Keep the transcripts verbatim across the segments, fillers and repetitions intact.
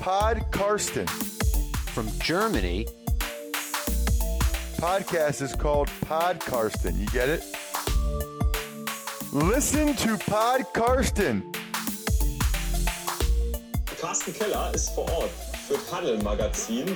Pod Karsten. From Germany. Podcast is called Pod Karsten. You get it? Listen to Pod Karsten. Carsten Keller ist vor Ort für Paddel Magazin.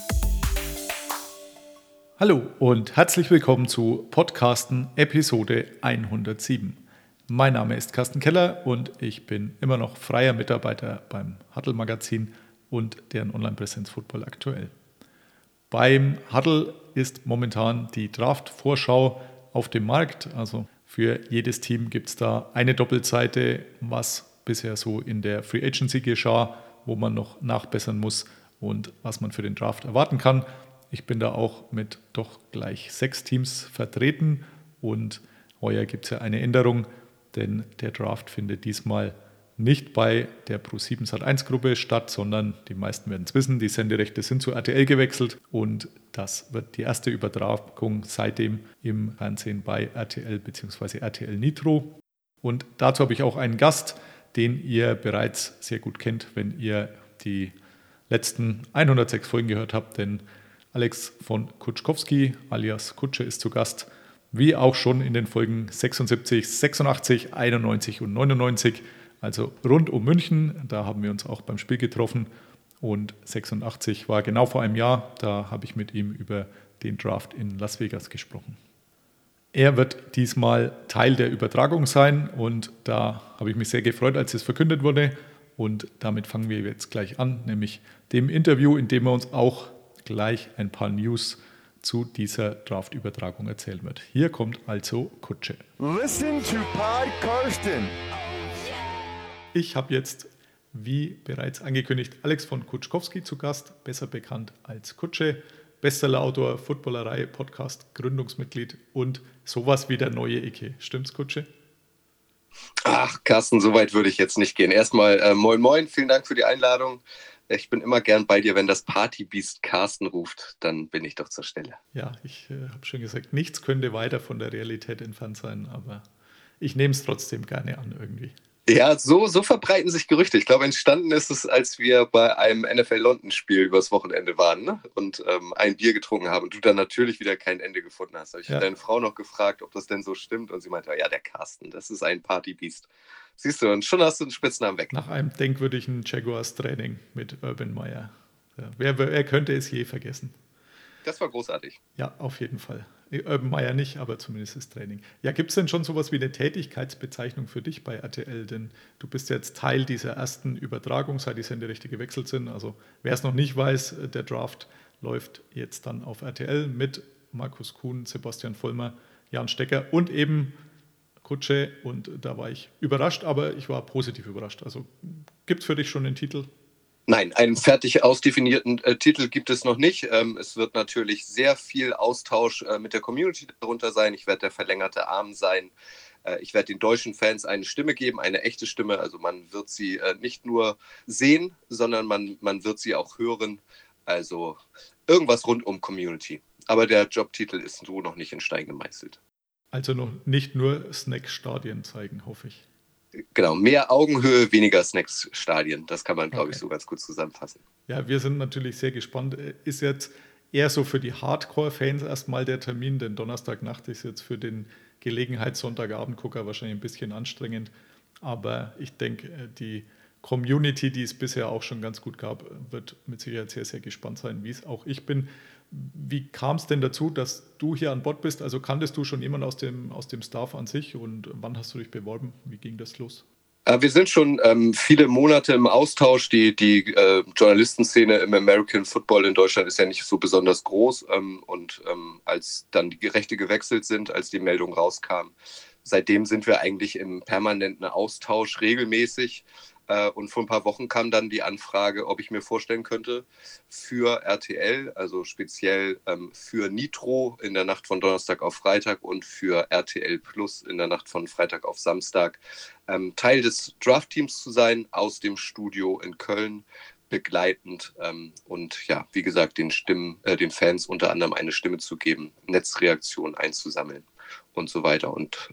Hallo und herzlich willkommen zu Podcasten Episode hundertsieben. Mein Name ist Carsten Keller und ich bin immer noch freier Mitarbeiter beim Huddle Magazin und deren Online-Präsenz Football aktuell. Beim Huddle ist momentan die Draft-Vorschau auf dem Markt. Also für jedes Team gibt es da eine Doppelseite, was bisher so in der Free Agency geschah, wo man noch nachbessern muss und was man für den Draft erwarten kann. Ich bin da auch mit doch gleich sechs Teams vertreten und heuer gibt es ja eine Änderung, denn der Draft findet diesmal nicht bei der Pro sieben Sat eins Gruppe statt, sondern die meisten werden es wissen, die Senderechte sind zu R T L gewechselt und das wird die erste Übertragung seitdem im Fernsehen bei R T L bzw. R T L Nitro. Und dazu habe ich auch einen Gast, den ihr bereits sehr gut kennt, wenn ihr die letzten hundertsechs Folgen gehört habt, denn Alex von Kutschkowski alias Kutsche ist zu Gast, wie auch schon in den Folgen sechsundsiebzig, sechsundachtzig, einundneunzig und neunundneunzig, also rund um München. Da haben wir uns auch beim Spiel getroffen und sechsundachtzig war genau vor einem Jahr, da habe ich mit ihm über den Draft in Las Vegas gesprochen. Er wird diesmal Teil der Übertragung sein und da habe ich mich sehr gefreut, als es verkündet wurde und damit fangen wir jetzt gleich an, nämlich dem Interview, in dem er uns auch gleich ein paar News zu dieser Draft-Übertragung erzählen wird. Hier kommt also Kutsche. Listen to Pod Karsten. Ich habe jetzt, wie bereits angekündigt, Alex von Kutschkowski zu Gast, besser bekannt als Kutsche, Bestsellerautor, Footballerei, Podcast, Gründungsmitglied und sowas wie der neue Icke. Stimmt's, Kutsche? Ach, Carsten, so weit würde ich jetzt nicht gehen. Erstmal äh, moin moin, vielen Dank für die Einladung. Ich bin immer gern bei dir, wenn das Partybeast Carsten ruft, dann bin ich doch zur Stelle. Ja, ich äh, habe schon gesagt, nichts könnte weiter von der Realität entfernt sein, aber ich nehme es trotzdem gerne an irgendwie. Ja, so, so verbreiten sich Gerüchte. Ich glaube, entstanden ist es, als wir bei einem N F L London-Spiel übers Wochenende waren, ne? und ähm, ein Bier getrunken haben und du dann natürlich wieder kein Ende gefunden hast. Da habe ich ja. deine Frau noch gefragt, ob das denn so stimmt und sie meinte, ja, der Carsten, das ist ein Partybeast. Siehst du, und schon hast du einen Spitznamen weg. Nach einem denkwürdigen Jaguars-Training mit Urban Meyer. Ja, wer, wer könnte es je vergessen? Das war großartig. Ja, auf jeden Fall. Urban Meyer nicht, aber zumindest das Training. Ja, gibt es denn schon sowas wie eine Tätigkeitsbezeichnung für dich bei R T L? Denn du bist jetzt Teil dieser ersten Übertragung, seit die Senderechte gewechselt sind. Also wer es noch nicht weiß, der Draft läuft jetzt dann auf R T L mit Markus Kuhn, Sebastian Vollmer, Jan Stecker und eben Kutsche. Und da war ich überrascht, aber ich war positiv überrascht. Also gibt es für dich schon einen Titel? Nein, einen fertig ausdefinierten äh, Titel gibt es noch nicht. Ähm, es wird natürlich sehr viel Austausch äh, mit der Community darunter sein. Ich werde der verlängerte Arm sein. Äh, ich werde den deutschen Fans eine Stimme geben, eine echte Stimme. Also man wird sie äh, nicht nur sehen, sondern man, man wird sie auch hören. Also irgendwas rund um Community. Aber der Jobtitel ist so noch nicht in Stein gemeißelt. Also noch nicht nur Snack-Stadien zeigen, hoffe ich. Genau, mehr Augenhöhe, weniger Snacks-Stadien. Das kann man, glaube okay. ich, so ganz gut zusammenfassen. Ja, wir sind natürlich sehr gespannt. Ist jetzt eher so für die Hardcore-Fans erstmal der Termin, denn Donnerstagnacht ist jetzt für den Gelegenheits-Sonntagabend-Gucker wahrscheinlich ein bisschen anstrengend. Aber ich denke, die Community, die es bisher auch schon ganz gut gab, wird mit Sicherheit sehr, sehr gespannt sein, wie es auch ich bin. Wie kam es denn dazu, dass du hier an Bord bist? Also kanntest du schon jemanden aus dem, aus dem Staff an sich und wann hast du dich beworben? Wie ging das los? Wir sind schon ähm, viele Monate im Austausch. Die, die äh, Journalistenszene im American Football in Deutschland ist ja nicht so besonders groß. Ähm, und ähm, als dann die Rechte gewechselt sind, als die Meldung rauskam, seitdem sind wir eigentlich im permanenten Austausch regelmäßig. Und vor ein paar Wochen kam dann die Anfrage, ob ich mir vorstellen könnte, für R T L, also speziell ähm, für Nitro in der Nacht von Donnerstag auf Freitag und für R T L Plus in der Nacht von Freitag auf Samstag, ähm, Teil des Draft-Teams zu sein, aus dem Studio in Köln, begleitend ähm, und ja, wie gesagt, den Stimmen, äh, den Fans unter anderem eine Stimme zu geben, Netzreaktionen einzusammeln und so weiter. Und ähm,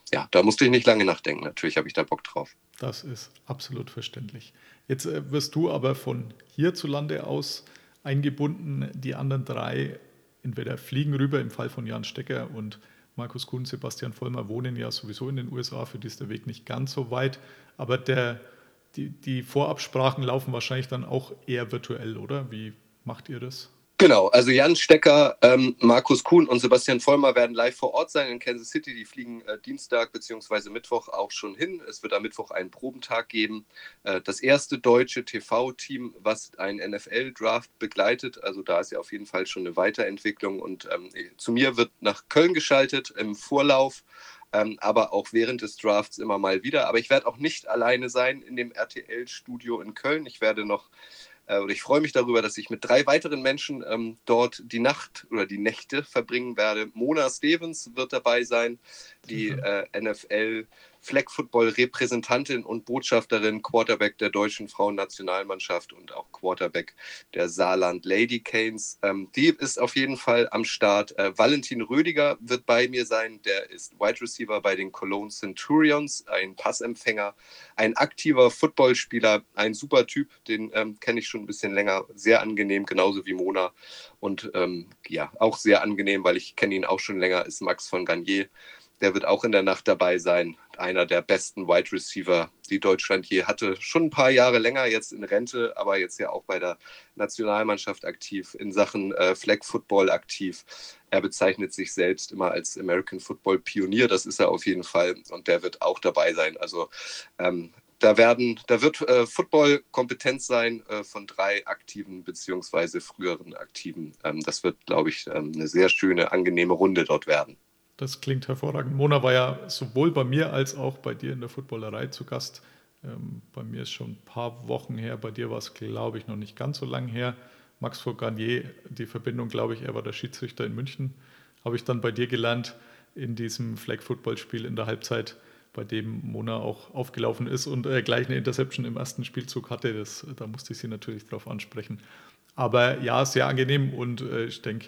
ja, da musste ich nicht lange nachdenken. Natürlich habe ich da Bock drauf. Das ist absolut verständlich. Jetzt äh, wirst du aber von hierzulande aus eingebunden. Die anderen drei entweder fliegen rüber, im Fall von Jan Stecker und Markus Kuhn, Sebastian Vollmer wohnen ja sowieso in den U S A, für die ist der Weg nicht ganz so weit. Aber der, die, die Vorabsprachen laufen wahrscheinlich dann auch eher virtuell, oder? Wie macht ihr das? Genau, also Jan Stecker, ähm, Markus Kuhn und Sebastian Vollmer werden live vor Ort sein in Kansas City. Die fliegen äh, Dienstag bzw. Mittwoch auch schon hin. Es wird am Mittwoch einen Probentag geben. Äh, das erste deutsche T V-Team, was einen N F L-Draft begleitet. Also da ist ja auf jeden Fall schon eine Weiterentwicklung. Und ähm, zu mir wird nach Köln geschaltet im Vorlauf. Ähm, aber auch während des Drafts immer mal wieder. Aber ich werde auch nicht alleine sein in dem R T L-Studio in Köln. Ich werde noch Und ich freue mich darüber, dass ich mit drei weiteren Menschen ähm, dort die Nacht oder die Nächte verbringen werde. Mona Stevens wird dabei sein, die äh, N F L Flag Football Repräsentantin und Botschafterin, Quarterback der deutschen Frauennationalmannschaft und auch Quarterback der Saarland Lady Canes. Ähm, die ist auf jeden Fall am Start. Äh, Valentin Rödiger wird bei mir sein. Der ist Wide Receiver bei den Cologne Centurions, ein Passempfänger, ein aktiver Footballspieler, ein super Typ, den ähm, kenne ich schon ein bisschen länger. Sehr angenehm, genauso wie Mona. Und ähm, ja, auch sehr angenehm, weil ich kenne ihn auch schon länger, ist Max von Garnier. Der wird auch in der Nacht dabei sein. Einer der besten Wide Receiver, die Deutschland je hatte. Schon ein paar Jahre länger, jetzt in Rente, aber jetzt ja auch bei der Nationalmannschaft aktiv, in Sachen äh, Flag Football aktiv. Er bezeichnet sich selbst immer als American Football Pionier. Das ist er auf jeden Fall. Und der wird auch dabei sein. Also ähm, da, werden, da wird äh, Football-Kompetenz sein äh, von drei aktiven beziehungsweise früheren Aktiven. Ähm, das wird, glaube ich, ähm, eine sehr schöne, angenehme Runde dort werden. Das klingt hervorragend. Mona war ja sowohl bei mir als auch bei dir in der Footballerei zu Gast. Ähm, bei mir ist schon ein paar Wochen her, bei dir war es, glaube ich, noch nicht ganz so lang her. Max von Garnier, die Verbindung, glaube ich, er war der Schiedsrichter in München, habe ich dann bei dir gelernt in diesem Flag-Football-Spiel in der Halbzeit, bei dem Mona auch aufgelaufen ist und äh, gleich eine Interception im ersten Spielzug hatte. Das, da musste ich sie natürlich drauf ansprechen. Aber ja, sehr angenehm und äh, ich denke,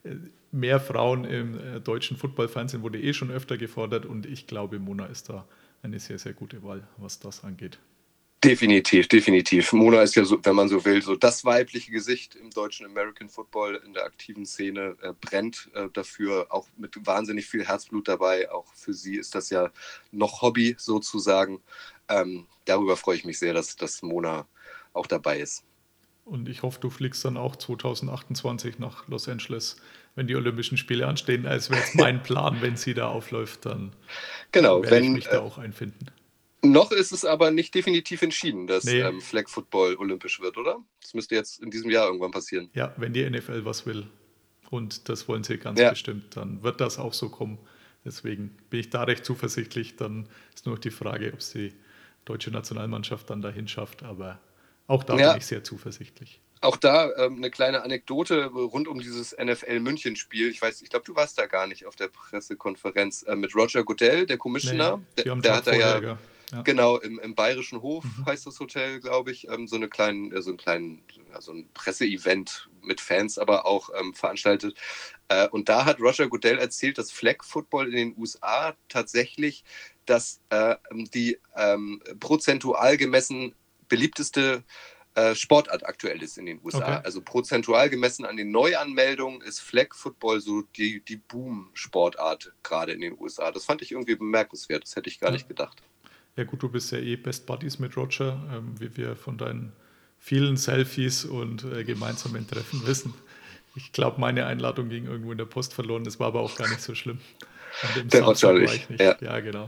mehr Frauen im äh, deutschen Football-Fernsehen wurde eh schon öfter gefordert und ich glaube, Mona ist da eine sehr, sehr gute Wahl, was das angeht. Definitiv, definitiv. Mona ist ja, so, wenn man so will, so das weibliche Gesicht im deutschen American Football in der aktiven Szene, äh, brennt äh, dafür, auch mit wahnsinnig viel Herzblut dabei. Auch für sie ist das ja noch Hobby sozusagen. Ähm, darüber freue ich mich sehr, dass, dass Mona auch dabei ist. Und ich hoffe, du fliegst dann auch zwanzig achtundzwanzig nach Los Angeles, wenn die Olympischen Spiele anstehen. Das wäre jetzt mein Plan, wenn sie da aufläuft, dann genau, werde wenn, ich mich da äh, auch einfinden. Noch ist es aber nicht definitiv entschieden, dass Nee. ähm, Flag Football olympisch wird, oder? Das müsste jetzt in diesem Jahr irgendwann passieren. Ja, wenn die N F L was will und das wollen sie ganz Ja. bestimmt, dann wird das auch so kommen. Deswegen bin ich da recht zuversichtlich. Dann ist nur noch die Frage, ob es die deutsche Nationalmannschaft dann dahin schafft, aber auch da Ja. bin ich sehr zuversichtlich. Auch da ähm, eine kleine Anekdote rund um dieses N F L-München-Spiel. Ich weiß, ich glaube, du warst da gar nicht auf der Pressekonferenz äh, mit Roger Goodell, der Commissioner. Nee, die haben der Tag hat da ja, vorher, ja. genau, im, im Bayerischen Hof Mhm. heißt das Hotel, glaube ich, ähm, so, eine kleinen, äh, so einen kleinen, ja, so ein Presseevent mit Fans aber auch ähm, veranstaltet. Äh, und da hat Roger Goodell erzählt, dass Flag Football in den U S A tatsächlich das äh, die ähm, prozentual gemessen beliebteste äh, Sportart aktuell ist in den U S A. Okay. Also prozentual gemessen an den Neuanmeldungen ist Flag Football so die, die Boom-Sportart gerade in den U S A. Das fand ich irgendwie bemerkenswert. Das hätte ich gar Ja. nicht gedacht. Ja gut, du bist ja eh Best Buddies mit Roger, ähm, wie wir von deinen vielen Selfies und äh, gemeinsamen Treffen wissen. Ich glaube, meine Einladung ging irgendwo in der Post verloren. Das war aber auch gar nicht so schlimm. An dem Der Samstag Roger war nicht, ich nicht. ja. Ja, genau.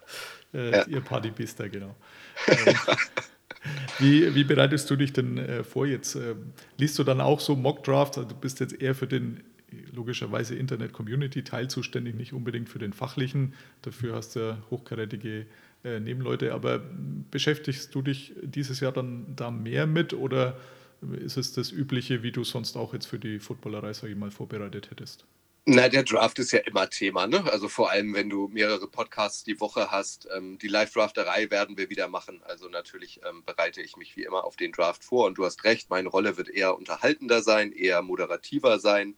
Äh, Ja. Ihr Partybiester, genau. Ähm, wie, wie bereitest du dich denn äh, vor jetzt? Äh, liest du dann auch so Mock-Draft? Also du bist jetzt eher für den logischerweise Internet-Community-Teil zuständig, nicht unbedingt für den fachlichen. Dafür hast du ja hochkarätige äh, Nebenleute. Aber beschäftigst du dich dieses Jahr dann da mehr mit oder ist es das Übliche, wie du sonst auch jetzt für die Footballerei, sage ich mal, vorbereitet hättest? Na, der Draft ist ja immer Thema, ne? Also vor allem, wenn du mehrere Podcasts die Woche hast. Ähm, die Live-Drafterei werden wir wieder machen. Also natürlich ähm, bereite ich mich wie immer auf den Draft vor. Und du hast recht, meine Rolle wird eher unterhaltender sein, eher moderativer sein.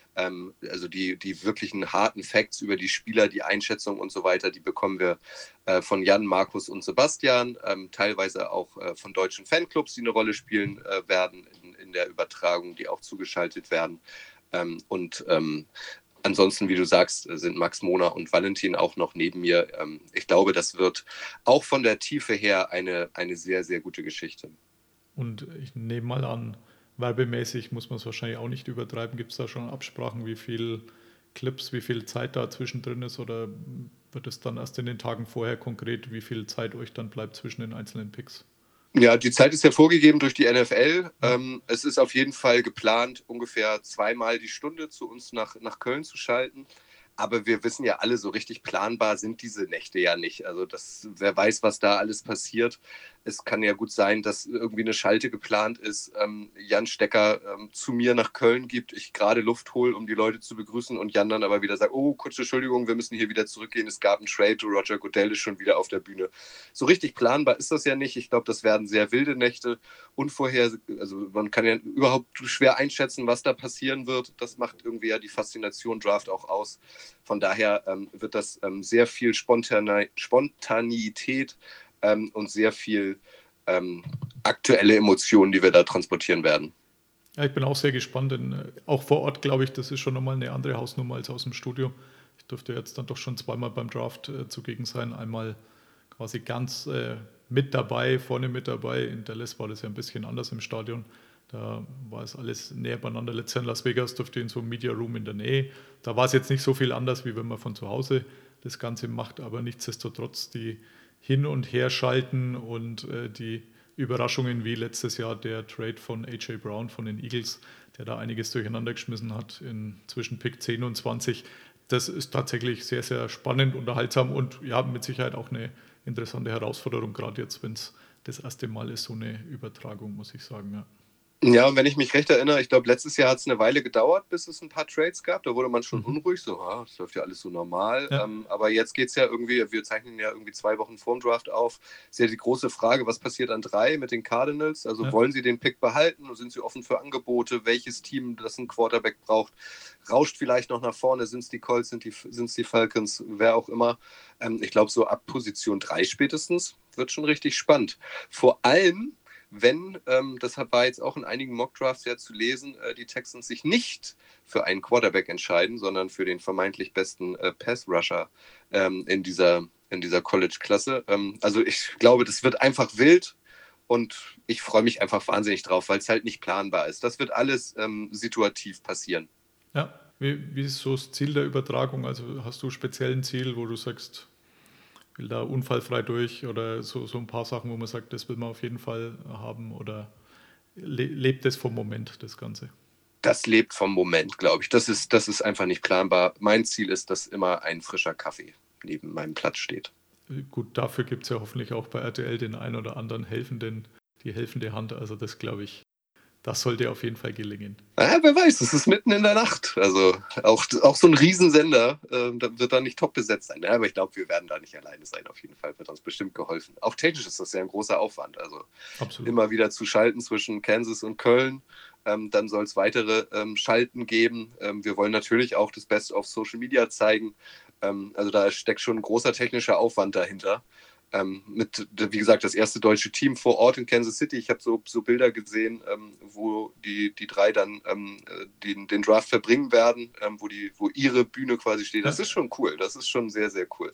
Ähm, also die, die wirklichen harten Facts über die Spieler, die Einschätzung und so weiter, die bekommen wir äh, von Jan, Markus und Sebastian, ähm, teilweise auch äh, von deutschen Fanclubs, die eine Rolle spielen äh, werden in, in der Übertragung, die auch zugeschaltet werden. Ähm, und ähm, ansonsten, wie du sagst, sind Max Mona und Valentin auch noch neben mir. Ähm, ich glaube, das wird auch von der Tiefe her eine, eine sehr, sehr gute Geschichte. Und ich nehme mal an, werbemäßig muss man es wahrscheinlich auch nicht übertreiben. Gibt es da schon Absprachen, wie viel Clips, wie viel Zeit da zwischendrin ist? Oder wird es dann erst in den Tagen vorher konkret, wie viel Zeit euch dann bleibt zwischen den einzelnen Picks? Ja, die Zeit ist ja vorgegeben durch die N F L. Ähm, es ist auf jeden Fall geplant, ungefähr zweimal die Stunde zu uns nach, nach Köln zu schalten. Aber wir wissen ja alle, so richtig planbar sind diese Nächte ja nicht. Also das, wer weiß, was da alles passiert. Es kann ja gut sein, dass irgendwie eine Schalte geplant ist, ähm, Jan Stecker ähm, zu mir nach Köln gibt, ich gerade Luft hole, um die Leute zu begrüßen und Jan dann aber wieder sagt, oh, kurze Entschuldigung, wir müssen hier wieder zurückgehen, es gab einen Trade, Roger Goodell ist schon wieder auf der Bühne. So richtig planbar ist das ja nicht. Ich glaube, das werden sehr wilde Nächte, unvorher, also man kann ja überhaupt schwer einschätzen, was da passieren wird. Das macht irgendwie ja die Faszination Draft auch aus. Von daher ähm, wird das ähm, sehr viel Spontane- Spontaneität ähm, und sehr viel ähm, aktuelle Emotionen, die wir da transportieren werden. Ja, ich bin auch sehr gespannt, denn äh, auch vor Ort, glaube ich, das ist schon nochmal eine andere Hausnummer als aus dem Studio. Ich durfte jetzt dann doch schon zweimal beim Draft äh, zugegen sein. Einmal quasi ganz äh, mit dabei, vorne mit dabei. In Dallas war das ja ein bisschen anders im Stadion. Da war es alles näher beieinander. Letztes Jahr in Las Vegas durfte ich in so einem Media Room in der Nähe. Da war es jetzt nicht so viel anders, wie wenn man von zu Hause das Ganze macht, aber nichtsdestotrotz die Hin- und Herschalten und äh, die Überraschungen wie letztes Jahr der Trade von A J Brown von den Eagles, der da einiges durcheinander geschmissen hat in zwischen Pick zehn und zwanzig. Das ist tatsächlich sehr, sehr spannend, unterhaltsam und ja, mit Sicherheit auch eine interessante Herausforderung, gerade jetzt, wenn es das erste Mal ist, so eine Übertragung, muss ich sagen, ja. Ja, und wenn ich mich recht erinnere, ich glaube, letztes Jahr hat es eine Weile gedauert, bis es ein paar Trades gab. Da wurde man schon mhm. unruhig, so, ah, das läuft ja alles so normal. Ja. Ähm, aber jetzt geht es ja irgendwie, wir zeichnen ja irgendwie zwei Wochen vorm Draft auf. Ist ja die große Frage, was passiert an drei mit den Cardinals? Also ja. wollen sie den Pick behalten? Sind sie offen für Angebote? Welches Team, das einen Quarterback braucht, rauscht vielleicht noch nach vorne? Sind es die Colts, sind es die Falcons, wer auch immer? Ähm, ich glaube, so ab Position drei spätestens wird schon richtig spannend. Vor allem, wenn, ähm, das war jetzt auch in einigen Mockdrafts ja zu lesen, äh, die Texans sich nicht für einen Quarterback entscheiden, sondern für den vermeintlich besten äh, Pass-Rusher ähm, in dieser, in dieser College-Klasse. Ähm, also ich glaube, das wird einfach wild und ich freue mich einfach wahnsinnig drauf, weil es halt nicht planbar ist. Das wird alles ähm, situativ passieren. Ja, wie, wie ist so das Ziel der Übertragung? Also hast du speziell ein Ziel, wo du sagst, will da unfallfrei durch oder so, so ein paar Sachen, wo man sagt, das will man auf jeden Fall haben oder le- lebt es vom Moment, das Ganze? Das lebt vom Moment, glaube ich. Das ist, das ist einfach nicht planbar. Mein Ziel ist, dass immer ein frischer Kaffee neben meinem Platz steht. Gut, dafür gibt es ja hoffentlich auch bei R T L den einen oder anderen helfenden, die helfende Hand. Also das glaube ich, das sollte auf jeden Fall gelingen. Ja, wer weiß, es ist mitten in der Nacht. Also auch, auch so ein Riesensender äh, da wird da nicht top besetzt sein. Ja, aber ich glaube, wir werden da nicht alleine sein. Auf jeden Fall wird uns bestimmt geholfen. Auch technisch ist das ja ein großer Aufwand. Also Absolut. Immer wieder zu schalten zwischen Kansas und Köln. Ähm, dann soll es weitere ähm, Schalten geben. Ähm, wir wollen natürlich auch das Best of Social Media zeigen. Ähm, also da steckt schon ein großer technischer Aufwand dahinter. Ähm, mit, wie gesagt, das erste deutsche Team vor Ort in Kansas City. Ich habe so, so Bilder gesehen, ähm, wo die, die drei dann ähm, den, den Draft verbringen werden, ähm, wo, die, wo ihre Bühne quasi steht. Das ja. ist schon cool. Das ist schon sehr, sehr cool.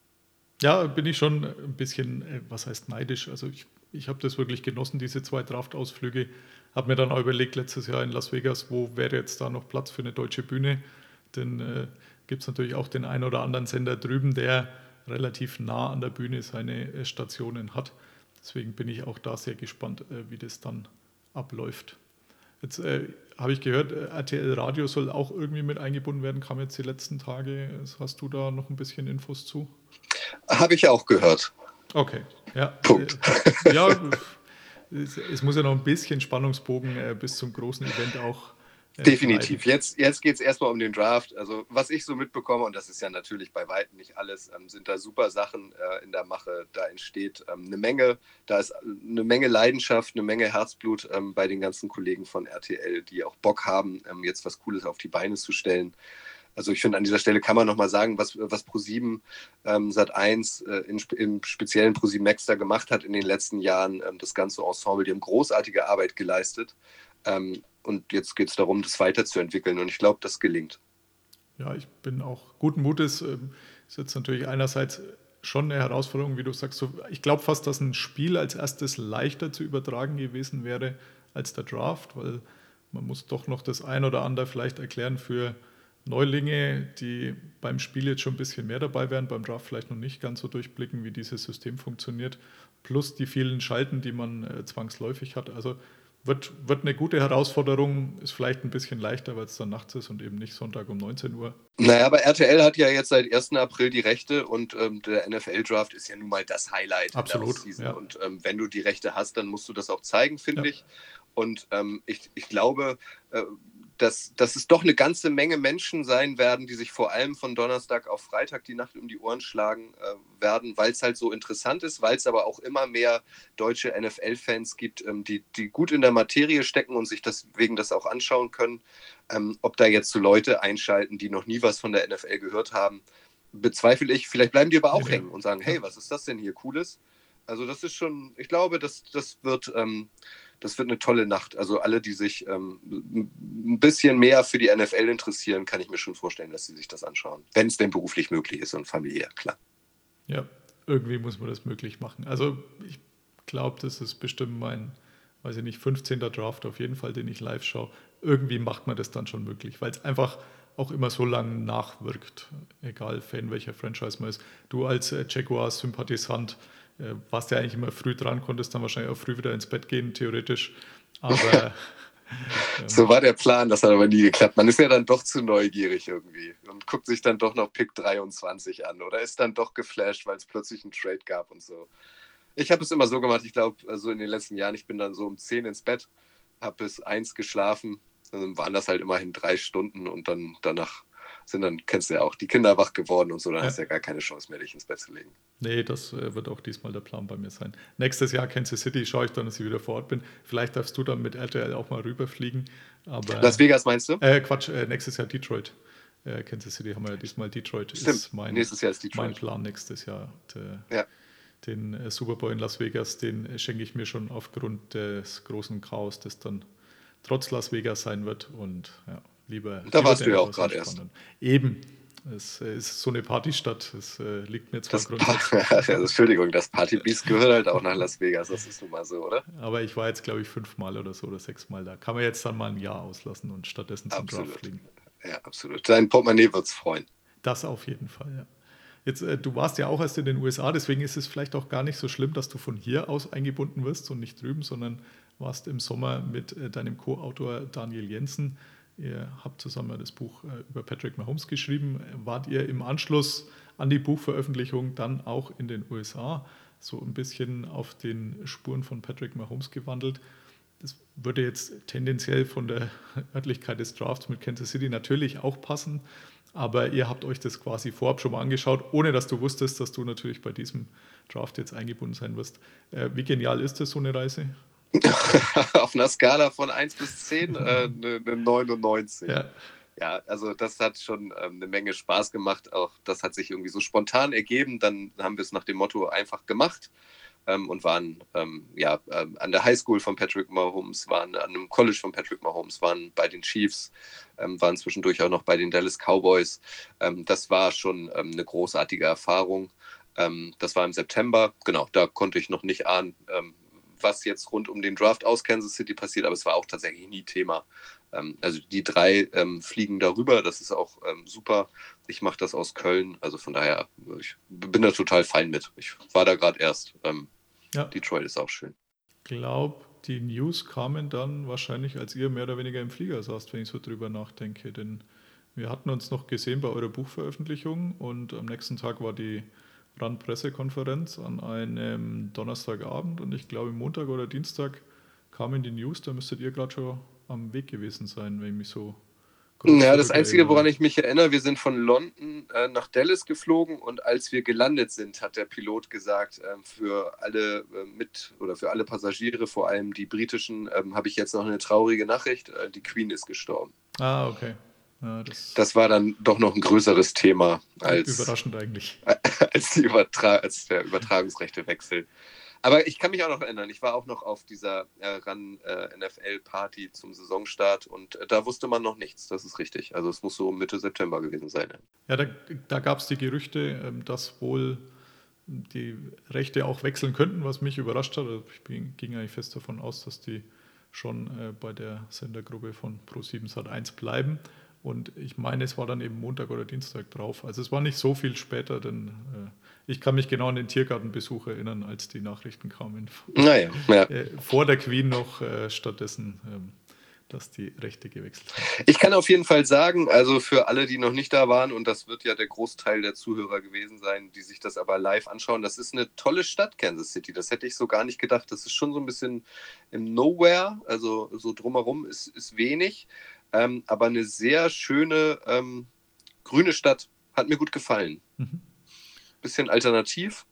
Ja, bin ich schon ein bisschen, äh, was heißt neidisch. Also ich, ich habe das wirklich genossen, diese zwei Draft-Ausflüge. Habe mir dann auch überlegt, letztes Jahr in Las Vegas, wo wäre jetzt da noch Platz für eine deutsche Bühne? Denn äh, gibt es natürlich auch den einen oder anderen Sender drüben, der relativ nah an der Bühne seine Stationen hat. Deswegen bin ich auch da sehr gespannt, wie das dann abläuft. Jetzt äh, habe ich gehört, R T L Radio soll auch irgendwie mit eingebunden werden, kam jetzt die letzten Tage. Hast du da noch ein bisschen Infos zu? Habe ich auch gehört. Okay, ja. Punkt. Ja, es, es muss ja noch ein bisschen Spannungsbogen äh, bis zum großen Event auch äh, Definitiv. bleiben. Jetzt, jetzt geht es erstmal um den Draft. Also was ich so mitbekomme, und das ist ja natürlich bei weitem nicht alles, ähm, sind da super Sachen äh, in der Mache. Da entsteht ähm, eine Menge, da ist eine Menge Leidenschaft, eine Menge Herzblut ähm, bei den ganzen Kollegen von R T L, die auch Bock haben, ähm, jetzt was Cooles auf die Beine zu stellen. Also ich finde, an dieser Stelle kann man nochmal sagen, was, was ProSieben ähm, Sat eins äh, in, im speziellen ProSieben Max da gemacht hat in den letzten Jahren. Ähm, das ganze Ensemble, die haben großartige Arbeit geleistet. Ähm, und jetzt geht es darum, das weiterzuentwickeln. Und ich glaube, das gelingt. Ja, ich bin auch guten Mutes. ähm, Ist jetzt natürlich einerseits schon eine Herausforderung, wie du sagst. So, ich glaube fast, dass ein Spiel als erstes leichter zu übertragen gewesen wäre als der Draft, weil man muss doch noch das ein oder andere vielleicht erklären für Neulinge, die beim Spiel jetzt schon ein bisschen mehr dabei wären, beim Draft vielleicht noch nicht ganz so durchblicken, wie dieses System funktioniert, plus die vielen Schalten, die man äh, zwangsläufig hat. Also wird, wird eine gute Herausforderung, ist vielleicht ein bisschen leichter, weil es dann nachts ist und eben nicht Sonntag um neunzehn Uhr. Naja, aber R T L hat ja jetzt seit ersten April die Rechte und ähm, der N F L-Draft ist ja nun mal das Highlight Absolut, in der Offseason. ja. Und ähm, wenn du die Rechte hast, dann musst du das auch zeigen, finde Ja. ich. Und ähm, ich, ich glaube, äh, dass, dass es doch eine ganze Menge Menschen sein werden, die sich vor allem von Donnerstag auf Freitag die Nacht um die Ohren schlagen äh, werden, weil es halt so interessant ist, weil es aber auch immer mehr deutsche N F L-Fans gibt, ähm, die, die gut in der Materie stecken und sich deswegen das auch anschauen können. Ähm, ob da jetzt so Leute einschalten, die noch nie was von der N F L gehört haben, bezweifle ich. Vielleicht bleiben die aber auch Ja. hängen und sagen, hey, was ist das denn hier Cooles? Also das ist schon, ich glaube, das, das wird... Ähm, Das wird eine tolle Nacht. Also alle, die sich ähm, ein bisschen mehr für die N F L interessieren, kann ich mir schon vorstellen, dass sie sich das anschauen. Wenn es denn beruflich möglich ist und familiär, klar. Ja, irgendwie muss man das möglich machen. Also ich glaube, das ist bestimmt mein, weiß ich nicht, fünfzehnter Draft auf jeden Fall, den ich live schaue. Irgendwie macht man das dann schon möglich, weil es einfach auch immer so lange nachwirkt, egal Fan welcher Franchise man ist. Du als äh, Jaguars-Sympathisant äh, warst ja eigentlich immer früh dran, konntest dann wahrscheinlich auch früh wieder ins Bett gehen, theoretisch. Aber So war der Plan, das hat aber nie geklappt. Man ist ja dann doch zu neugierig irgendwie und guckt sich dann doch noch Pick dreiundzwanzig an oder ist dann doch geflasht, weil es plötzlich einen Trade gab und so. Ich habe es immer so gemacht, ich glaube, also in den letzten Jahren, ich bin dann so um zehn ins Bett, habe bis eins geschlafen, dann waren das halt immerhin drei Stunden und dann danach sind dann, kennst du ja auch, die Kinder wach geworden und so, dann Ja. hast du ja gar keine Chance mehr, dich ins Bett zu legen. nee, das äh, wird auch diesmal der Plan bei mir sein. Nächstes Jahr Kansas City schaue ich dann, dass ich wieder vor Ort bin. Vielleicht darfst du dann mit R T L auch mal rüberfliegen. Aber, Las Vegas meinst du? Äh, Quatsch, äh, nächstes Jahr Detroit. Äh, Kansas City haben wir ja diesmal. Detroit Stimmt, ist mein, nächstes Jahr ist Detroit. mein Plan nächstes Jahr. Der, Ja. Den äh, Super Bowl in Las Vegas, den äh, schenke ich mir schon aufgrund des großen Chaos, das dann trotz Las Vegas sein wird. Und ja, lieber. Da lieber warst du den ja auch etwas gerade entspannten. Eben. Es äh, ist so eine Partystadt. Es äh, liegt mir zwar Das, grundsätzlich. also, Entschuldigung, das Partybeast gehört halt auch nach Las Vegas, das ist nun mal so, oder? Aber ich war jetzt, glaube ich, fünfmal oder so oder sechsmal da. Kann man jetzt dann mal ein Jahr auslassen und stattdessen zum Absolut. Draft fliegen. Ja, absolut. Dein Portemonnaie wird es freuen. Das auf jeden Fall, ja. Jetzt, äh, du warst ja auch erst in den U S A, deswegen ist es vielleicht auch gar nicht so schlimm, dass du von hier aus eingebunden wirst und nicht drüben, sondern warst im Sommer mit äh, deinem Co-Autor Daniel Jensen. Ihr habt zusammen das Buch äh, über Patrick Mahomes geschrieben. Wart ihr im Anschluss an die Buchveröffentlichung dann auch in den U S A so ein bisschen auf den Spuren von Patrick Mahomes gewandelt? Das würde jetzt tendenziell von der Örtlichkeit des Drafts mit Kansas City natürlich auch passen, aber ihr habt euch das quasi vorab schon mal angeschaut, ohne dass du wusstest, dass du natürlich bei diesem Draft jetzt eingebunden sein wirst. Äh, wie genial ist das, so eine Reise? Auf einer Skala von eins bis zehn äh, eine, eine neunundneunzig. Ja. Ja, also das hat schon ähm, eine Menge Spaß gemacht. Auch das hat sich irgendwie so spontan ergeben. Dann haben wir es nach dem Motto einfach gemacht ähm, und waren ähm, ja, ähm, an der Highschool von Patrick Mahomes, waren an einem College von Patrick Mahomes, waren bei den Chiefs, ähm, waren zwischendurch auch noch bei den Dallas Cowboys. Ähm, das war schon ähm, eine großartige Erfahrung. Ähm, das war im September. Genau, da konnte ich noch nicht ahnen, ähm, was jetzt rund um den Draft aus Kansas City passiert, aber es war auch tatsächlich nie Thema. Ähm, also die drei ähm, fliegen darüber, das ist auch ähm, super. Ich mache das aus Köln, also von daher, ich bin da total fein mit. Ich war da gerade erst. Ähm, Ja. Detroit ist auch schön. Ich glaube, die News kamen dann wahrscheinlich, als ihr mehr oder weniger im Flieger saßt, wenn ich so drüber nachdenke. Denn wir hatten uns noch gesehen bei eurer Buchveröffentlichung und am nächsten Tag war die Brandpressekonferenz an einem Donnerstagabend und ich glaube Montag oder Dienstag kamen die News, da müsstet ihr gerade schon am Weg gewesen sein, wenn ich mich so Ja, das Einzige, woran ich mich erinnere, wir sind von London äh, nach Dallas geflogen und als wir gelandet sind, hat der Pilot gesagt, äh, für alle äh, mit oder für alle Passagiere, vor allem die britischen, äh, habe ich jetzt noch eine traurige Nachricht, äh, die Queen ist gestorben. Ah, okay. Ja, das, das war dann doch noch ein größeres Thema als, überraschend eigentlich. als, die Übertra- als der Übertragungsrechtewechsel. Aber ich kann mich auch noch erinnern, ich war auch noch auf dieser äh, Run äh, N F L-Party zum Saisonstart und äh, da wusste man noch nichts, das ist richtig. Also es muss so Mitte September gewesen sein. Ja, ja da, da gab es die Gerüchte, ähm, dass wohl die Rechte auch wechseln könnten, was mich überrascht hat. Also ich bin, ging eigentlich fest davon aus, dass die schon äh, bei der Sendergruppe von ProSieben Sat eins bleiben. Und ich meine, es war dann eben Montag oder Dienstag drauf. Also es war nicht so viel später, denn äh, ich kann mich genau an den Tiergartenbesuch erinnern, als die Nachrichten kamen. Naja, ja. äh, vor der Queen noch äh, stattdessen, ähm, dass die Rechte gewechselt haben. Ich kann auf jeden Fall sagen, also für alle, die noch nicht da waren, und das wird ja der Großteil der Zuhörer gewesen sein, die sich das aber live anschauen, das ist eine tolle Stadt, Kansas City. Das hätte ich so gar nicht gedacht. Das ist schon so ein bisschen im Nowhere, also so drumherum ist, ist wenig. Ähm, aber eine sehr schöne ähm, grüne Stadt. Hat mir gut gefallen. Mhm. Bisschen alternativ.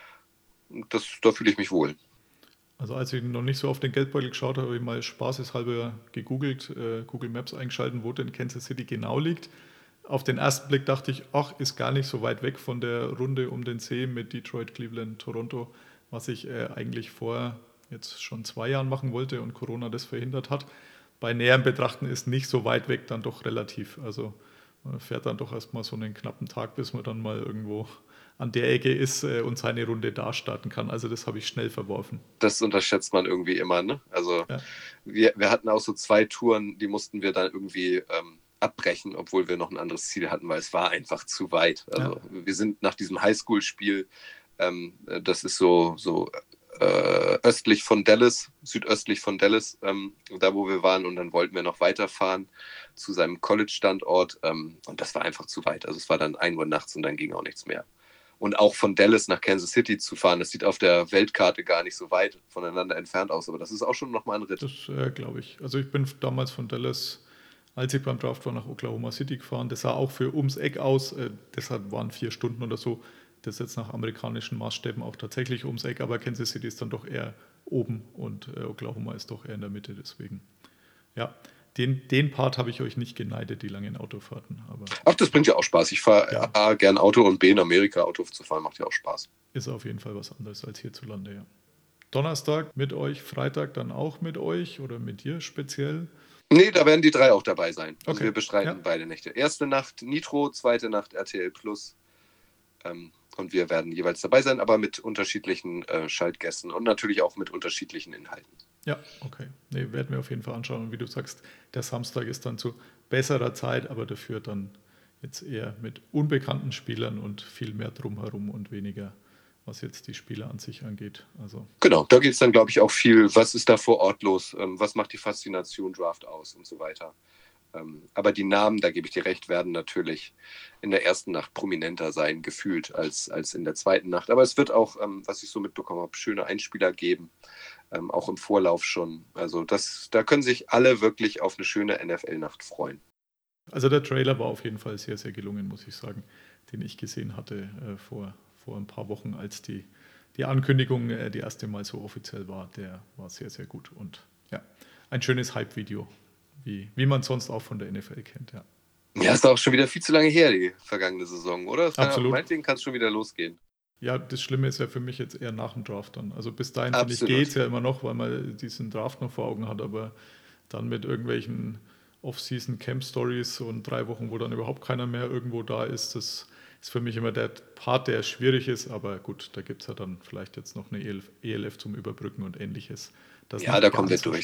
Das, da fühle ich mich wohl. Also als ich noch nicht so auf den Geldbeutel geschaut habe, habe ich mal spaßeshalber gegoogelt, äh, Google Maps eingeschalten, wo denn Kansas City genau liegt. Auf den ersten Blick dachte ich, ach, ist gar nicht so weit weg von der Runde um den See mit Detroit, Cleveland, Toronto, was ich äh, eigentlich vor jetzt schon zwei Jahren machen wollte und Corona das verhindert hat. Bei näherem Betrachten ist nicht so weit weg dann doch relativ. Also man fährt dann doch erstmal so einen knappen Tag, bis man dann mal irgendwo an der Ecke ist äh, und seine Runde da starten kann. Also das habe ich schnell verworfen. Das unterschätzt man irgendwie immer, ne? Also ja. wir, wir hatten auch so zwei Touren, die mussten wir dann irgendwie ähm, abbrechen, obwohl wir noch ein anderes Ziel hatten, weil es war einfach zu weit. Also ja. Wir sind nach diesem Highschool-Spiel, ähm, das ist so, so äh, östlich von Dallas, südöstlich von Dallas, ähm, da wo wir waren, und dann wollten wir noch weiterfahren zu seinem College-Standort ähm, und das war einfach zu weit. Also es war dann ein Uhr nachts und dann ging auch nichts mehr. Und auch von Dallas nach Kansas City zu fahren, das sieht auf der Weltkarte gar nicht so weit voneinander entfernt aus, aber das ist auch schon nochmal ein Ritt. Das äh, glaube ich. Also ich bin damals von Dallas, als ich beim Draft war, nach Oklahoma City gefahren. Das sah auch für ums Eck aus, äh, deshalb waren vier Stunden oder so. Das ist jetzt nach amerikanischen Maßstäben auch tatsächlich ums Eck, aber Kansas City ist dann doch eher oben und äh, Oklahoma ist doch eher in der Mitte, deswegen. Ja, den, den Part habe ich euch nicht geneidet, die langen Autofahrten. Aber ach, das bringt ja auch Spaß. Ich fahre ja. A, gern Auto und B, in Amerika Auto zu fahren, macht ja auch Spaß. Ist auf jeden Fall was anderes als hierzulande, ja. Donnerstag mit euch, Freitag dann auch mit euch oder mit dir speziell? Nee, da werden die drei auch dabei sein. Okay. Also wir bestreiten ja. beide Nächte. Erste Nacht Nitro, zweite Nacht R T L Plus. Ähm, und wir werden jeweils dabei sein, aber mit unterschiedlichen äh, Schaltgästen und natürlich auch mit unterschiedlichen Inhalten. Ja, okay. Nee, werden wir auf jeden Fall anschauen. Und wie du sagst, der Samstag ist dann zu besserer Zeit, aber dafür dann jetzt eher mit unbekannten Spielern und viel mehr drumherum und weniger, was jetzt die Spieler an sich angeht. Also genau, da geht es dann, glaube ich, auch viel, was ist da vor Ort los, ähm, was macht die Faszination Draft aus und so weiter. Ähm, aber die Namen, da gebe ich dir recht, werden natürlich in der ersten Nacht prominenter sein, gefühlt, als, als in der zweiten Nacht. Aber es wird auch, ähm, was ich so mitbekommen habe, schöne Einspieler geben, ähm, auch im Vorlauf schon. Also das, da können sich alle wirklich auf eine schöne N F L-Nacht freuen. Also der Trailer war auf jeden Fall sehr, sehr gelungen, muss ich sagen, den ich gesehen hatte äh, vor, vor ein paar Wochen, als die, die Ankündigung äh, die erste Mal so offiziell war. Der war sehr, sehr gut und ja, ein schönes Hype-Video. Wie, wie man sonst auch von der N F L kennt, ja. Ja, ist auch schon wieder viel zu lange her, die vergangene Saison, oder? Das Absolut. Meinetwegen kann es schon wieder losgehen. Ja, das Schlimme ist ja für mich jetzt eher nach dem Draft dann. Also bis dahin, finde ich, geht es ja immer noch, weil man diesen Draft noch vor Augen hat, aber dann mit irgendwelchen Off-Season-Camp-Stories und drei Wochen, wo dann überhaupt keiner mehr irgendwo da ist, das ist für mich immer der Part, der schwierig ist, aber gut, da gibt es ja dann vielleicht jetzt noch eine E L F zum Überbrücken und Ähnliches. Das ja, da kommen wir durch.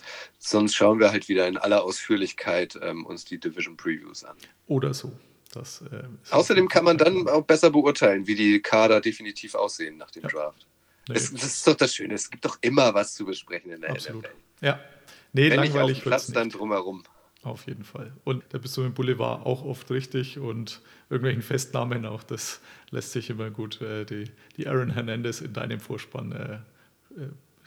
Sonst schauen wir halt wieder in aller Ausführlichkeit ähm, uns die Division Previews an. Oder so. Das, äh, Außerdem kann man dann auch besser beurteilen, wie die Kader definitiv aussehen nach dem ja. Draft. Nee. Das, das ist doch das Schöne. Es gibt doch immer was zu besprechen in der Absolut. N F L. Ja. Nee, Wenn langweilig nicht auf dem Platz, dann drumherum. Auf jeden Fall. Und da bist du im Boulevard auch oft richtig und irgendwelchen Festnahmen auch. Das lässt sich immer gut, äh, die, die Aaron Hernandez in deinem Vorspann äh, äh,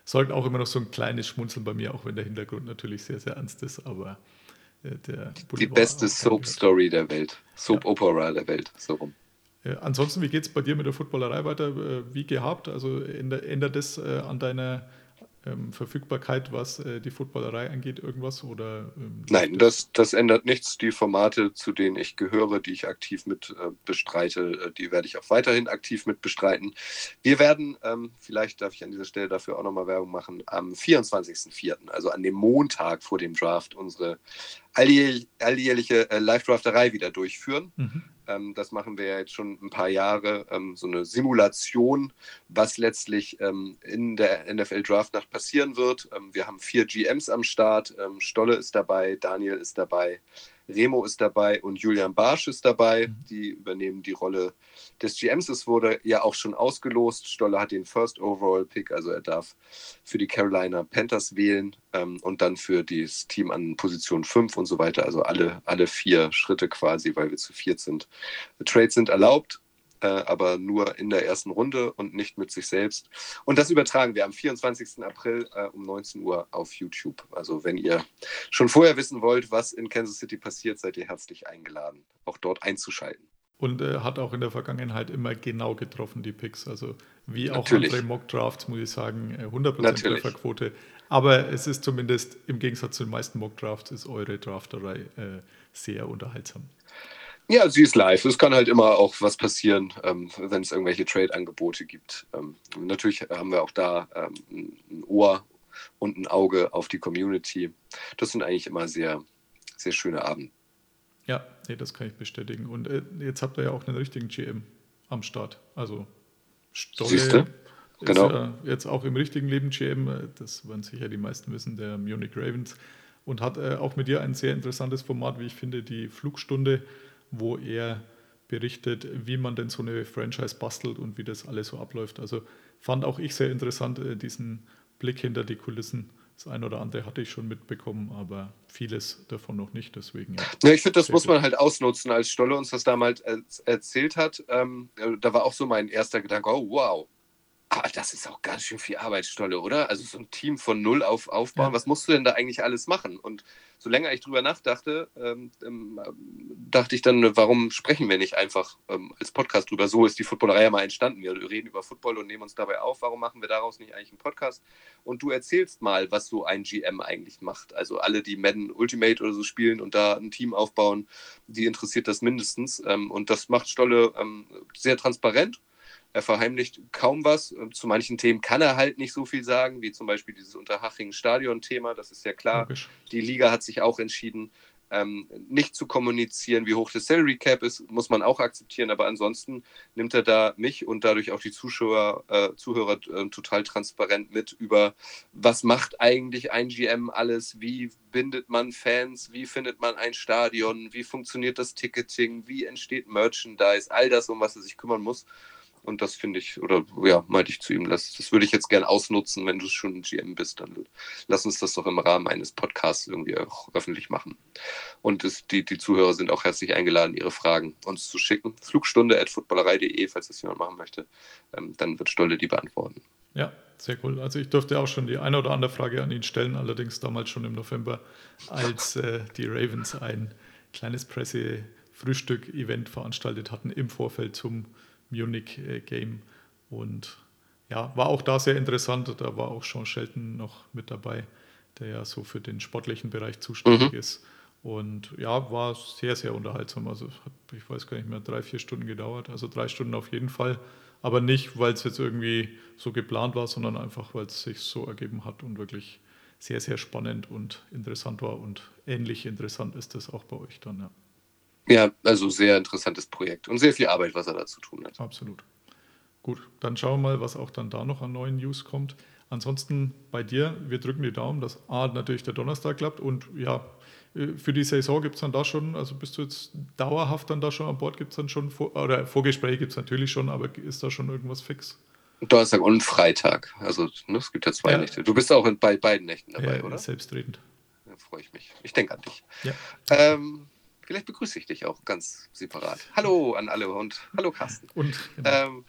sorgt auch immer noch so ein kleines Schmunzeln bei mir, auch wenn der Hintergrund natürlich sehr, sehr ernst ist, aber äh, der Die Boulevard beste auch reingehört. Soap-Story der Welt. Soap-Opera der Welt. So rum. Äh, ansonsten, wie geht es bei dir mit der Footballerei weiter? Äh, wie gehabt? Also ändert, ändert das äh, an deiner ähm, Verfügbarkeit, was äh, die Footballerei angeht, irgendwas? Oder, ähm, Nein, das, das ändert nichts. Die Formate, zu denen ich gehöre, die ich aktiv mit äh, bestreite, äh, die werde ich auch weiterhin aktiv mit bestreiten. Wir werden, ähm, vielleicht darf ich an dieser Stelle dafür auch nochmal Werbung machen, am vierundzwanzigsten vierten, also an dem Montag vor dem Draft, unsere alljährliche, alljährliche äh, Live-Drafterei wieder durchführen. Mhm. Ähm, das machen wir ja jetzt schon ein paar Jahre, ähm, so eine Simulation, was letztlich ähm, in der N F L-Draftnacht passieren wird. Ähm, wir haben vier G Ms am Start. Ähm, Stolle ist dabei, Daniel ist dabei, Remo ist dabei und Julian Barsch ist dabei. Die übernehmen die Rolle des G Ms. Es wurde ja auch schon ausgelost. Stolle hat den First Overall Pick, also er darf für die Carolina Panthers wählen ähm, und dann für das Team an Position fünf und so weiter. Also alle, alle vier Schritte quasi, weil wir zu viert sind. Trades sind erlaubt, äh, aber nur in der ersten Runde und nicht mit sich selbst. Und das übertragen wir am vierundzwanzigsten April äh, um neunzehn Uhr auf YouTube. Also wenn ihr schon vorher wissen wollt, was in Kansas City passiert, seid ihr herzlich eingeladen, auch dort einzuschalten. Und äh, hat auch in der Vergangenheit immer genau getroffen, die Picks. Also wie auch Natürlich. andere Mock-Drafts, muss ich sagen, äh, hundert Prozent Natürlich. Trefferquote. Aber es ist zumindest im Gegensatz zu den meisten Mock-Drafts, ist eure Drafterei äh, sehr unterhaltsam. Ja, sie ist live. Es kann halt immer auch was passieren, ähm, wenn es irgendwelche Trade-Angebote gibt. Ähm, natürlich haben wir auch da ähm, ein Ohr und ein Auge auf die Community. Das sind eigentlich immer sehr, sehr schöne Abende. Ja, nee, das kann ich bestätigen. Und äh, jetzt habt ihr ja auch einen richtigen G M am Start. Also Stolle Siehste? ist Genau. ja jetzt auch im richtigen Leben G M. äh, Das werden sicher die meisten wissen, der Munich Ravens. Und hat äh, auch mit dir ein sehr interessantes Format, wie ich finde, die Flugstunde, wo er berichtet, wie man denn so eine Franchise bastelt und wie das alles so abläuft. Also fand auch ich sehr interessant, äh, diesen Blick hinter die Kulissen. Das eine oder andere hatte ich schon mitbekommen, aber vieles davon noch nicht. Deswegen ja. Ja, ich finde, das Sehr muss gut. man halt ausnutzen, als Stolle uns das damals er- erzählt hat. Ähm, da war auch so mein erster Gedanke, oh wow, aber das ist auch ganz schön viel Arbeit, Stolle, oder? Also so ein Team von null auf aufbauen, Ja. was musst du denn da eigentlich alles machen? Und so länger ich drüber nachdachte, ähm, ähm, dachte ich dann, warum sprechen wir nicht einfach ähm, als Podcast drüber? So ist die Footballerei ja mal entstanden. Wir reden über Football und nehmen uns dabei auf. Warum machen wir daraus nicht eigentlich einen Podcast? Und du erzählst mal, was so ein G M eigentlich macht. Also alle, die Madden Ultimate oder so spielen und da ein Team aufbauen, die interessiert das mindestens. Ähm, und das macht Stolle ähm, sehr transparent. Er verheimlicht kaum was. Zu manchen Themen kann er halt nicht so viel sagen, wie zum Beispiel dieses Unterhaching-Stadion-Thema. Das ist ja klar. Logisch. Die Liga hat sich auch entschieden, ähm, nicht zu kommunizieren, wie hoch das Salary Cap ist, muss man auch akzeptieren. Aber ansonsten nimmt er da mich und dadurch auch die Zuschauer, äh, Zuhörer äh, total transparent mit über, was macht eigentlich ein G M alles, wie bindet man Fans, wie findet man ein Stadion, wie funktioniert das Ticketing, wie entsteht Merchandise, all das, um was er sich kümmern muss. Und das finde ich, oder ja, meinte ich zu ihm, das, das würde ich jetzt gern ausnutzen, wenn du schon ein G M bist, dann lass uns das doch im Rahmen eines Podcasts irgendwie auch öffentlich machen. Und es, die, die Zuhörer sind auch herzlich eingeladen, ihre Fragen uns zu schicken. Flugstunde at footballerei punkt de, falls das jemand machen möchte, ähm, dann wird Stolle die beantworten. Ja, sehr cool. Also ich durfte auch schon die eine oder andere Frage an ihn stellen, allerdings damals schon im November, als äh, die Ravens ein kleines Presse-Frühstück-Event veranstaltet hatten im Vorfeld zum Munich-Game. Und ja, war auch da sehr interessant. Da war auch Sean Shelton noch mit dabei, der ja so für den sportlichen Bereich zuständig Mhm. ist. Und ja, war sehr, sehr unterhaltsam. Also es hat, ich weiß gar nicht mehr, drei, vier Stunden gedauert. Also drei Stunden auf jeden Fall. Aber nicht, weil es jetzt irgendwie so geplant war, sondern einfach, weil es sich so ergeben hat und wirklich sehr, sehr spannend und interessant war. Und ähnlich interessant ist das auch bei euch dann, ja. Ja, also sehr interessantes Projekt und sehr viel Arbeit, was er da zu tun hat. Absolut. Gut, dann schauen wir mal, was auch dann da noch an neuen News kommt. Ansonsten bei dir, wir drücken die Daumen, dass A, natürlich der Donnerstag klappt und ja, für die Saison gibt es dann da schon, also bist du jetzt dauerhaft dann da schon an Bord, gibt es dann schon, Vor- oder Vorgespräche gibt es natürlich schon, aber ist da schon irgendwas fix? Donnerstag und Freitag, also ne, es gibt ja zwei Ja. Nächte. Du bist auch in bei beiden Nächten dabei, Ja, oder? selbstredend. Da freue ich mich. Ich denke an dich. Ja. Ähm, vielleicht begrüße ich dich auch ganz separat. Hallo an alle und hallo Carsten. Und genau. Ähm,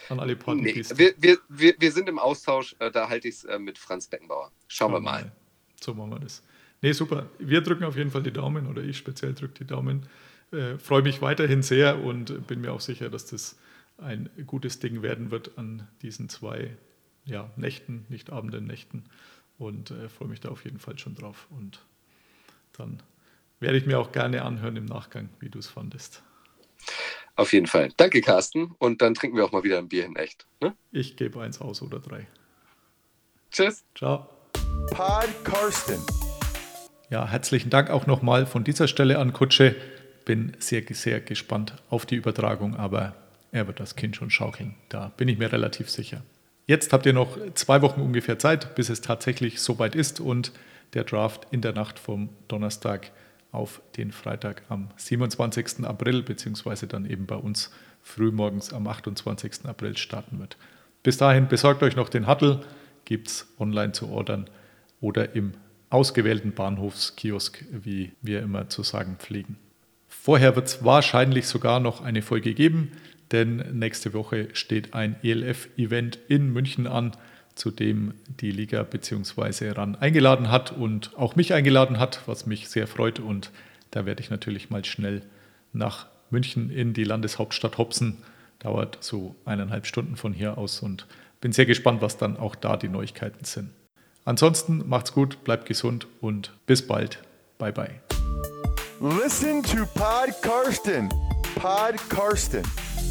an alle Nee, Partygäste. wir, wir, wir, wir sind im Austausch, äh, da halte ich es äh, mit Franz Beckenbauer. Schauen wir mal. So machen wir das. Nee, super. Wir drücken auf jeden Fall die Daumen, oder ich speziell drücke die Daumen. Äh, freue mich weiterhin sehr und bin mir auch sicher, dass das ein gutes Ding werden wird an diesen zwei ja, Nächten, nicht Abenden, Nächten. Und äh, freue mich da auf jeden Fall schon drauf. Und dann werde ich mir auch gerne anhören im Nachgang, wie du es fandest. Auf jeden Fall. Danke, Carsten. Und dann trinken wir auch mal wieder ein Bier in echt. Ne? Ich gebe eins aus oder drei. Tschüss. Ciao. Pod Karsten. Ja, herzlichen Dank auch nochmal von dieser Stelle an Kutsche. Bin sehr, sehr gespannt auf die Übertragung, aber er wird das Kind schon schaukeln. Da bin ich mir relativ sicher. Jetzt habt ihr noch zwei Wochen ungefähr Zeit, bis es tatsächlich soweit ist und der Draft in der Nacht vom Donnerstag auf den Freitag am siebenundzwanzigsten April, beziehungsweise dann eben bei uns frühmorgens am achtundzwanzigsten April starten wird. Bis dahin besorgt euch noch den Huddle, gibt es online zu ordern oder im ausgewählten Bahnhofskiosk, wie wir immer zu sagen pflegen. Vorher wird es wahrscheinlich sogar noch eine Folge geben, denn nächste Woche steht ein E L F-Event in München an, zu dem die Liga bzw. R A N eingeladen hat und auch mich eingeladen hat, was mich sehr freut. Und da werde ich natürlich mal schnell nach München in die Landeshauptstadt hopsen. Dauert so eineinhalb Stunden von hier aus und bin sehr gespannt, was dann auch da die Neuigkeiten sind. Ansonsten macht's gut, bleibt gesund und bis bald. Bye bye. Listen to Pod Karsten. Pod Karsten.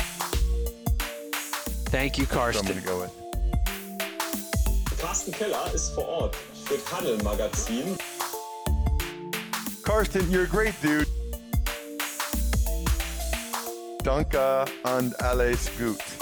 Thank you, So I'm Karsten. gonna go with. Carsten Keller ist vor Ort für Paddel Magazin. Karsten, you're a great dude. Danke und alles gut.